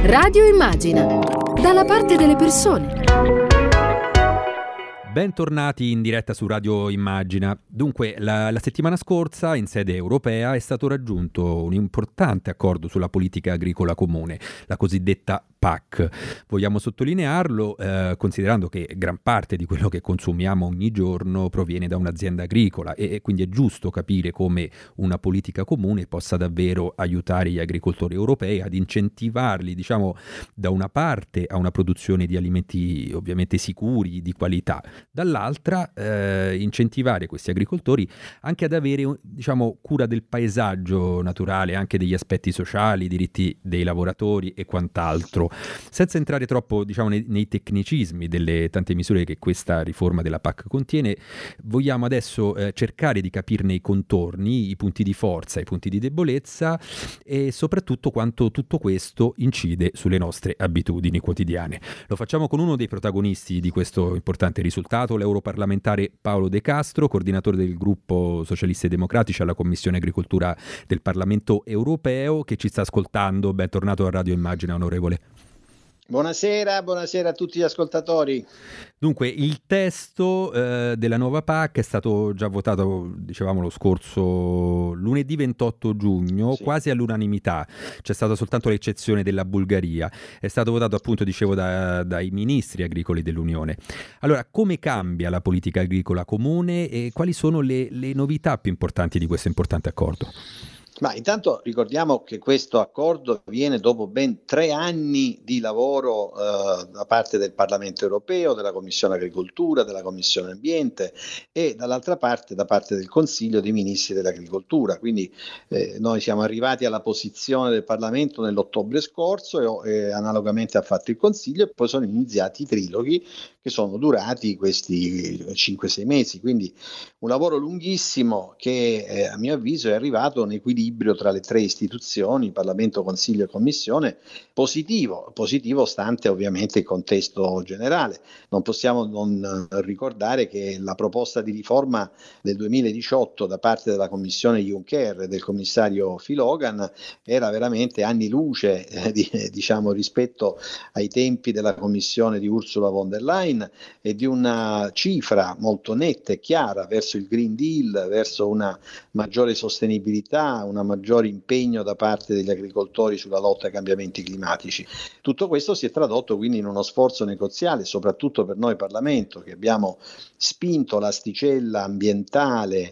Radio Immagina, dalla parte delle persone. Bentornati in diretta su Radio Immagina. Dunque, la settimana scorsa in sede europea è stato raggiunto un importante accordo sulla politica agricola comune, la cosiddetta PAC. Vogliamo sottolinearlo considerando che gran parte di quello che consumiamo ogni giorno proviene da un'azienda agricola e quindi è giusto capire come una politica comune possa davvero aiutare gli agricoltori europei ad incentivarli, diciamo, da una parte a una produzione di alimenti ovviamente sicuri, di qualità, dall'altra incentivare questi agricoltori anche ad avere, diciamo, cura del paesaggio naturale, anche degli aspetti sociali, diritti dei lavoratori e quant'alro. Senza entrare troppo, diciamo, nei tecnicismi delle tante misure che questa riforma della PAC contiene, vogliamo adesso cercare di capirne i contorni, i punti di forza, i punti di debolezza e soprattutto quanto tutto questo incide sulle nostre abitudini quotidiane. Lo facciamo con uno dei protagonisti di questo importante risultato, l'europarlamentare Paolo De Castro, coordinatore del gruppo Socialisti e Democratici alla Commissione Agricoltura del Parlamento Europeo, che ci sta ascoltando. Bentornato a Radio Immagina, onorevole. Buonasera a tutti gli ascoltatori. Dunque, il testo della nuova PAC è stato già votato, dicevamo, lo scorso lunedì 28 giugno, sì, quasi all'unanimità. C'è stata soltanto l'eccezione della Bulgaria. È stato votato, appunto, dicevo, dai ministri agricoli dell'Unione. Allora, come cambia la politica agricola comune e quali sono le novità più importanti di questo importante accordo? Ma intanto ricordiamo che questo accordo viene dopo ben 3 anni di lavoro da parte del Parlamento europeo, della Commissione Agricoltura, della Commissione Ambiente e dall'altra parte da parte del Consiglio dei Ministri dell'Agricoltura. Quindi noi siamo arrivati alla posizione del Parlamento nell'ottobre scorso e analogamente ha fatto il Consiglio, e poi sono iniziati i triloghi che sono durati questi 5-6 mesi. Quindi un lavoro lunghissimo che a mio avviso è arrivato a un equilibrio tra le 3 istituzioni, Parlamento, Consiglio e Commissione, positivo stante ovviamente il contesto generale. Non possiamo non ricordare che la proposta di riforma del 2018 da parte della Commissione Juncker e del commissario Phil Hogan era veramente anni luce diciamo rispetto ai tempi della Commissione di Ursula von der Leyen e di una cifra molto netta e chiara verso il Green Deal, verso una maggiore sostenibilità, un maggiore impegno da parte degli agricoltori sulla lotta ai cambiamenti climatici. Tutto questo si è tradotto quindi in uno sforzo negoziale, soprattutto per noi Parlamento, che abbiamo spinto l'asticella ambientale,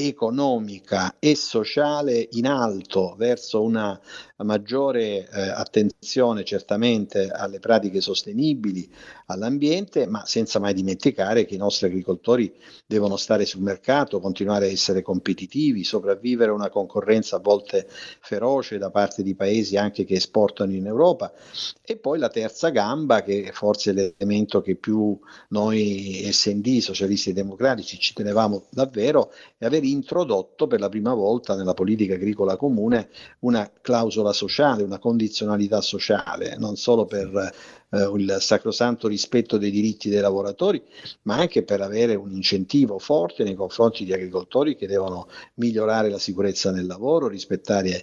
economica e sociale in alto verso una maggiore attenzione certamente alle pratiche sostenibili, all'ambiente, ma senza mai dimenticare che i nostri agricoltori devono stare sul mercato, continuare a essere competitivi, sopravvivere a una concorrenza a volte feroce da parte di paesi anche che esportano in Europa. E poi la terza gamba, che forse è l'elemento che più noi SD, Socialisti e Democratici, ci tenevamo davvero, è aver introdotto per la prima volta nella politica agricola comune una clausola sociale, una condizionalità sociale, non solo per il sacrosanto rispetto dei diritti dei lavoratori, ma anche per avere un incentivo forte nei confronti di agricoltori che devono migliorare la sicurezza nel lavoro, rispettare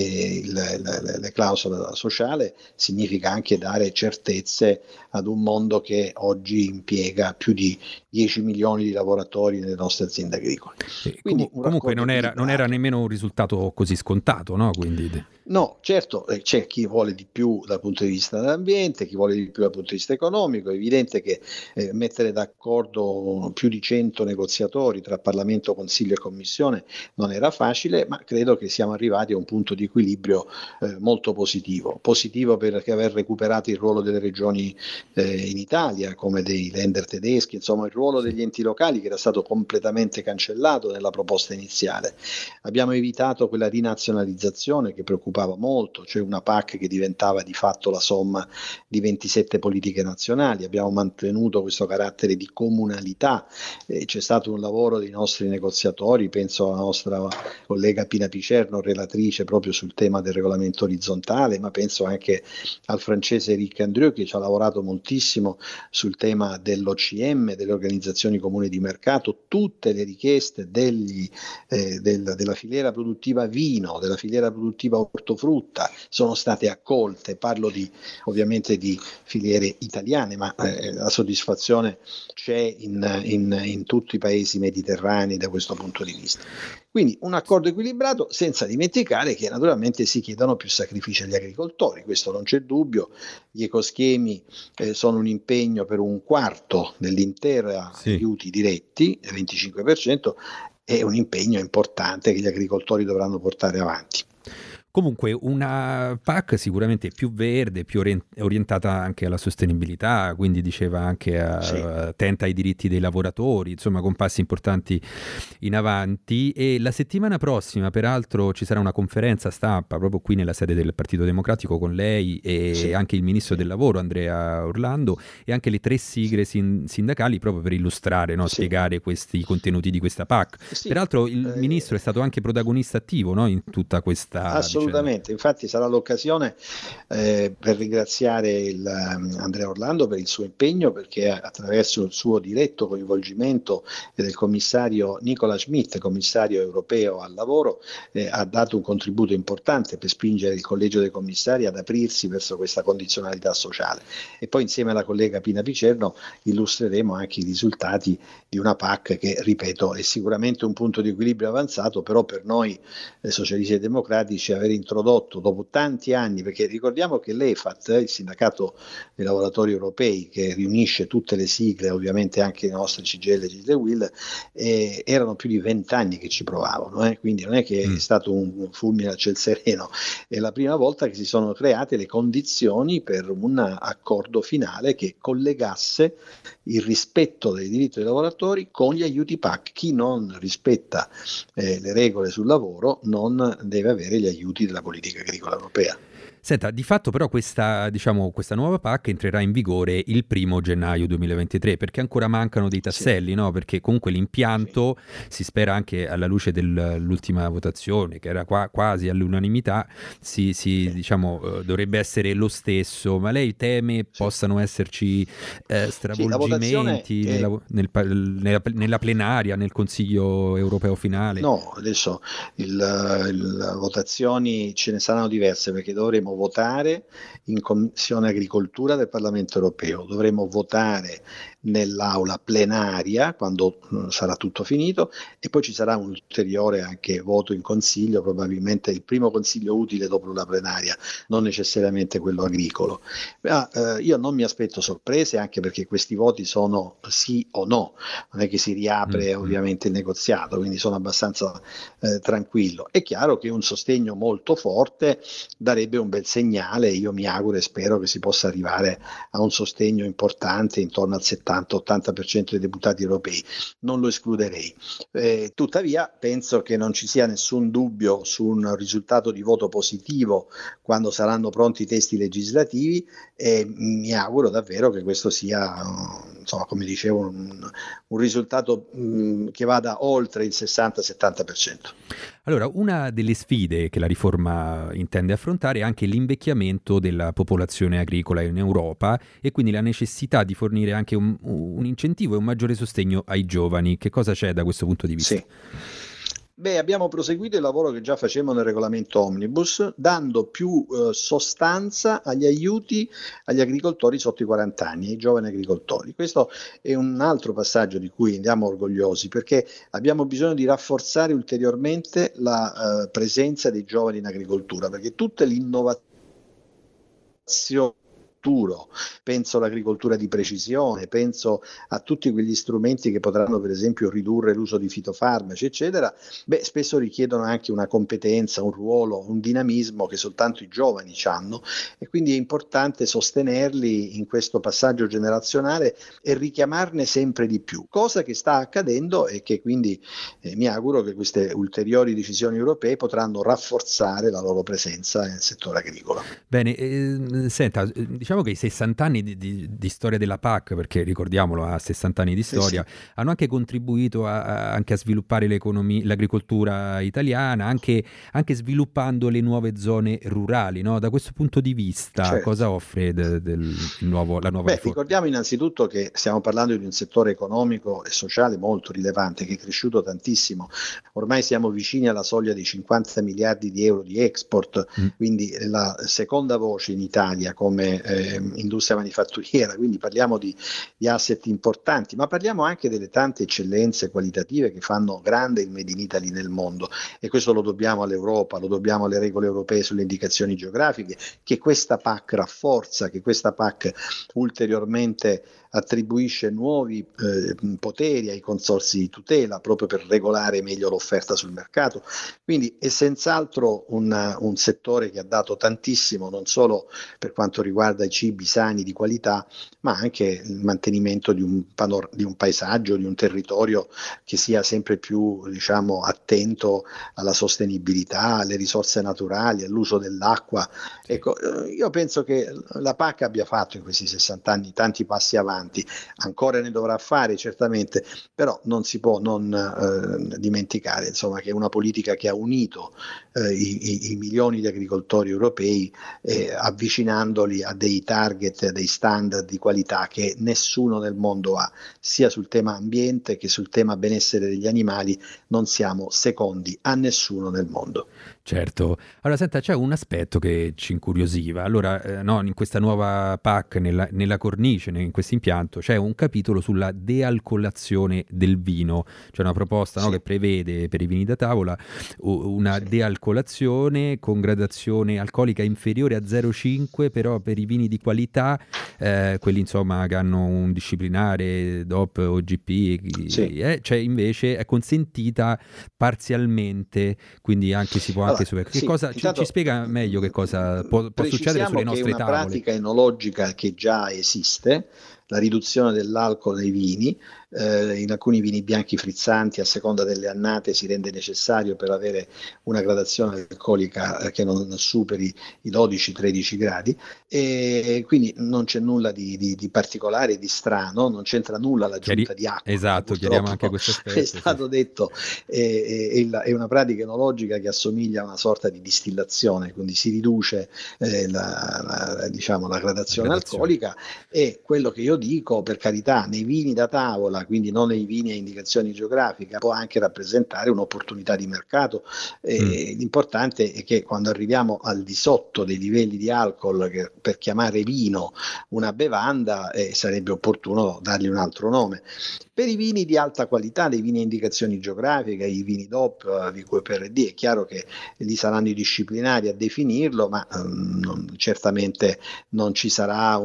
le clausole sociali. Significa anche dare certezze ad un mondo che oggi impiega più di 10 milioni di lavoratori nelle nostre aziende agricole. Quindi comunque non era nemmeno un risultato così scontato, no? Quindi... No, certo, c'è chi vuole di più dal punto di vista dell'ambiente, chi vuole di più dal punto di vista economico. È evidente che mettere d'accordo più di 100 negoziatori tra Parlamento, Consiglio e Commissione non era facile, ma credo che siamo arrivati a un punto di equilibrio molto positivo. Positivo perché aver recuperato il ruolo delle regioni in Italia, come dei Länder tedeschi, insomma il ruolo degli enti locali che era stato completamente cancellato nella proposta iniziale. Abbiamo evitato quella rinazionalizzazione che preoccupava molto, cioè una PAC che diventava di fatto la somma di 27 27 politiche nazionali, abbiamo mantenuto questo carattere di comunalità, c'è stato un lavoro dei nostri negoziatori, penso alla nostra collega Pina Picerno, relatrice proprio sul tema del regolamento orizzontale, ma penso anche al francese Eric Andrieu che ci ha lavorato moltissimo sul tema dell'OCM, delle organizzazioni comuni di mercato. Tutte le richieste della filiera produttiva vino, della filiera produttiva ortofrutta sono state accolte. Parlo ovviamente di filiere italiane, ma la soddisfazione c'è in tutti i paesi mediterranei da questo punto di vista. Quindi un accordo equilibrato, senza dimenticare che naturalmente si chiedono più sacrifici agli agricoltori, questo non c'è dubbio. Gli ecoschemi sono un impegno per un quarto dell'intera aiuti diretti, il 25%, è un impegno importante che gli agricoltori dovranno portare avanti. Comunque una PAC sicuramente più verde, più orientata anche alla sostenibilità, quindi diceva anche attenta ai diritti dei lavoratori, insomma con passi importanti in avanti. E la settimana prossima peraltro ci sarà una conferenza stampa proprio qui nella sede del Partito Democratico con lei e anche il Ministro del Lavoro Andrea Orlando e anche le 3 sigle sindacali proprio per illustrare, spiegare i contenuti di questa PAC. Peraltro il Ministro è stato anche protagonista attivo, no, in tutta questa Assolutamente, infatti sarà l'occasione per ringraziare Andrea Orlando per il suo impegno, perché attraverso il suo diretto coinvolgimento del commissario Nicola Schmidt, commissario europeo al lavoro, ha dato un contributo importante per spingere il collegio dei commissari ad aprirsi verso questa condizionalità sociale. E poi insieme alla collega Pina Picerno illustreremo anche i risultati di una PAC che, ripeto, è sicuramente un punto di equilibrio avanzato, però per noi socialisti e democratici aver introdotto dopo tanti anni, perché ricordiamo che l'EFAT, il sindacato dei lavoratori europei che riunisce tutte le sigle, ovviamente anche le nostre CGIL e CISL e UIL, erano più di 20 anni che ci provavano, quindi non è che è stato un fulmine a ciel sereno, è la prima volta che si sono create le condizioni per un accordo finale che collegasse il rispetto dei diritti dei lavoratori con gli aiuti PAC. Chi non rispetta le regole sul lavoro non deve avere gli aiuti della politica agricola europea. Senta, di fatto però questa nuova PAC entrerà in vigore il 1° gennaio 2023, perché ancora mancano dei tasselli, no? Perché comunque l'impianto, si spera anche alla luce dell'ultima votazione, che era quasi all'unanimità, dovrebbe essere lo stesso, ma lei teme possano esserci stravolgimenti nella plenaria, nel Consiglio europeo finale? No, adesso le votazioni ce ne saranno diverse, perché dovremo votare in Commissione Agricoltura del Parlamento Europeo, dovremo votare nell'aula plenaria quando sarà tutto finito, e poi ci sarà un ulteriore anche voto in Consiglio, probabilmente il primo Consiglio utile dopo la plenaria, non necessariamente quello agricolo. Ma io non mi aspetto sorprese, anche perché questi voti sono sì o no, non è che si riapre ovviamente il negoziato, quindi sono abbastanza tranquillo. È chiaro che un sostegno molto forte darebbe un bel segnale, io mi auguro e spero che si possa arrivare a un sostegno importante intorno al 70-80% dei deputati europei, non lo escluderei. Tuttavia penso che non ci sia nessun dubbio su un risultato di voto positivo quando saranno pronti i testi legislativi, e mi auguro davvero che questo sia, come dicevo, un risultato che vada oltre il 60-70%. Allora, una delle sfide che la riforma intende affrontare è anche l'invecchiamento della popolazione agricola in Europa, e quindi la necessità di fornire anche un incentivo e un maggiore sostegno ai giovani. Che cosa c'è da questo punto di vista? Sì. Abbiamo proseguito il lavoro che già facevamo nel regolamento Omnibus, dando più sostanza agli aiuti agli agricoltori sotto i 40 anni, ai giovani agricoltori. Questo è un altro passaggio di cui andiamo orgogliosi, perché abbiamo bisogno di rafforzare ulteriormente la presenza dei giovani in agricoltura, perché tutte l'innovazione, penso all'agricoltura di precisione, penso a tutti quegli strumenti che potranno per esempio ridurre l'uso di fitofarmaci eccetera, spesso richiedono anche una competenza, un ruolo, un dinamismo che soltanto i giovani hanno, e quindi è importante sostenerli in questo passaggio generazionale e richiamarne sempre di più, cosa che sta accadendo, e che quindi mi auguro che queste ulteriori decisioni europee potranno rafforzare la loro presenza nel settore agricolo. Bene, senta, diciamo diciamo che i 60 anni di storia della PAC, perché ricordiamolo, ha 60 anni di storia, sì. hanno anche contribuito anche a sviluppare l'economia, l'agricoltura italiana, anche sviluppando le nuove zone rurali, no? Da questo punto di vista, Certo. cosa offre la nuova Beh, riforma? ricordiamo innanzitutto che stiamo parlando di un settore economico e sociale molto rilevante, che è cresciuto tantissimo. Ormai siamo vicini alla soglia dei 50 miliardi di euro di export, Mm. quindi la seconda voce in Italia come industria manifatturiera, quindi parliamo di asset importanti, ma parliamo anche delle tante eccellenze qualitative che fanno grande il Made in Italy nel mondo, e questo lo dobbiamo all'Europa, lo dobbiamo alle regole europee sulle indicazioni geografiche, che questa PAC rafforza, che questa PAC ulteriormente attribuisce nuovi poteri ai consorzi di tutela proprio per regolare meglio l'offerta sul mercato. Quindi è senz'altro un settore che ha dato tantissimo, non solo per quanto riguarda i cibi sani di qualità, ma anche il mantenimento di un paesaggio, di un territorio che sia sempre più, diciamo, attento alla sostenibilità, alle risorse naturali, all'uso dell'acqua. Sì. Ecco, io penso che la PAC abbia fatto in questi 60 anni tanti passi avanti, ancora ne dovrà fare certamente, però non si può non dimenticare, insomma, che è una politica che ha unito i milioni di agricoltori europei, avvicinandoli a dei target, a dei standard di qualità che nessuno nel mondo ha, sia sul tema ambiente che sul tema benessere degli animali. Non siamo secondi a nessuno nel mondo. Certo. Allora, senta, c'è un aspetto che ci incuriosiva. Allora, no, in questa nuova PAC, nella cornice, in questo impianto, c'è un capitolo sulla dealcolazione del vino. C'è una proposta, no, Sì. che prevede per i vini da tavola una Sì. dealcolazione con gradazione alcolica inferiore a 0,5, però per i vini di qualità, quelli insomma che hanno un disciplinare DOP o GP, Sì. cioè invece è consentita parzialmente, quindi anche si può anche Allora, che sì, cosa ci spiega meglio che cosa può succedere precisiamo sulle che è nostre una tavole? pratica enologica che già esiste, la riduzione dell'alcol nei vini. In alcuni vini bianchi frizzanti, a seconda delle annate, si rende necessario per avere una gradazione alcolica che non superi i 12-13 gradi, e quindi non c'è nulla di particolare, di strano, non c'entra nulla l'aggiunta di acqua, come Esatto, chiariamo anche purtroppo questo è aspetto, sì. stato detto. È una pratica enologica che assomiglia a una sorta di distillazione, quindi si riduce diciamo, la La gradazione gradazione. alcolica. E quello che io dico, per carità, nei vini da tavola, quindi non nei vini a indicazioni geografiche, può anche rappresentare un'opportunità di mercato. L'importante è che quando arriviamo al di sotto dei livelli di alcol, che per chiamare vino una bevanda, sarebbe opportuno dargli un altro nome. Per i vini di alta qualità, dei vini a indicazioni geografiche, i vini DOP, VQPRD, è chiaro che lì saranno i disciplinari a definirlo, ma certamente non ci sarà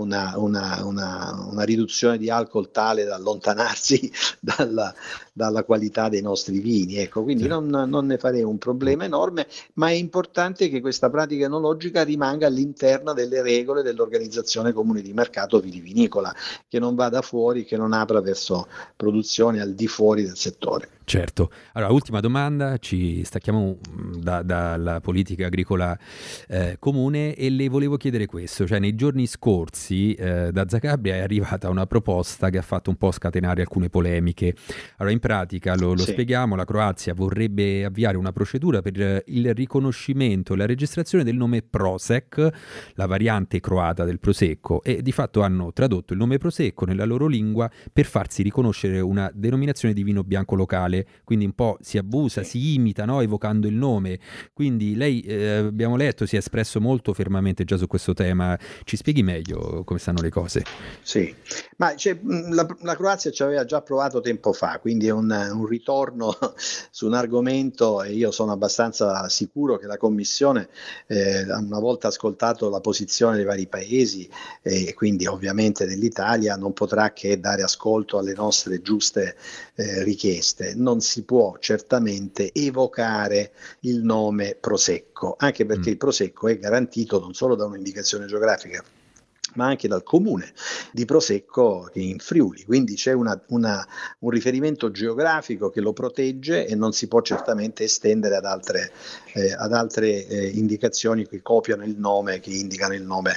una riduzione di alcol tale da allontanarsi dalla qualità dei nostri vini. Ecco, quindi Sì. non ne farei un problema enorme, ma è importante che questa pratica enologica rimanga all'interno delle regole dell'Organizzazione Comune di Mercato Vitivinicola, che non vada fuori, che non apra verso produzioni al di fuori del settore. Certo. Allora, ultima domanda, ci stacchiamo dalla politica agricola comune e le volevo chiedere questo, cioè nei giorni scorsi da Zagabria è arrivata una proposta che ha fatto un po' scatenare alcune polemiche. Allora, in pratica, lo Sì. spieghiamo, la Croazia vorrebbe avviare una procedura per il riconoscimento e la registrazione del nome Prosek, la variante croata del Prosecco, e di fatto hanno tradotto il nome Prosecco nella loro lingua per farsi riconoscere una denominazione di vino bianco locale. Quindi un po' si abusa, Sì. si imita, no? Evocando il nome. Quindi lei, abbiamo letto, si è espresso molto fermamente già su questo tema. Ci spieghi meglio come stanno le cose? Sì, ma la Croazia ci aveva già provato tempo fa, quindi è un ritorno su un argomento, e io sono abbastanza sicuro che la Commissione, una volta ascoltato la posizione dei vari paesi, e quindi ovviamente dell'Italia, non potrà che dare ascolto alle nostre giuste richieste. Non si può certamente evocare il nome Prosecco, anche perché il Prosecco è garantito non solo da un'indicazione geografica, ma anche dal comune di Prosecco in Friuli, quindi c'è un riferimento geografico che lo protegge e non si può certamente estendere ad altre indicazioni che copiano il nome, che indicano il nome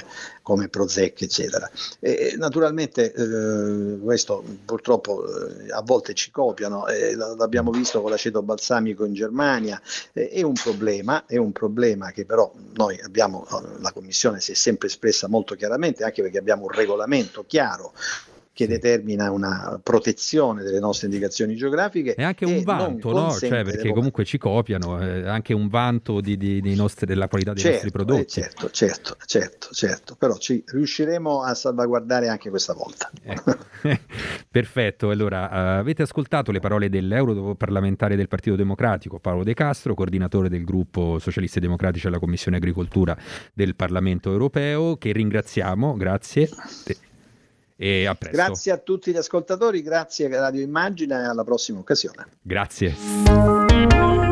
come Prošek, eccetera. Naturalmente questo purtroppo a volte ci copiano, l'abbiamo visto con l'aceto balsamico in Germania, è un problema che però noi abbiamo, la Commissione si è sempre espressa molto chiaramente, anche perché abbiamo un regolamento chiaro che determina una protezione delle nostre indicazioni geografiche. È anche un vanto, no? Cioè, perché comunque ci copiano, è anche un vanto della qualità dei nostri prodotti. Certo, però ci riusciremo a salvaguardare anche questa volta. Perfetto, allora avete ascoltato le parole dell'europarlamentare del Partito Democratico Paolo De Castro, coordinatore del gruppo Socialisti e Democratici alla Commissione Agricoltura del Parlamento Europeo, che ringraziamo, grazie. E a presto. Grazie a tutti gli ascoltatori, grazie a Radio Immagina e alla prossima occasione. Grazie.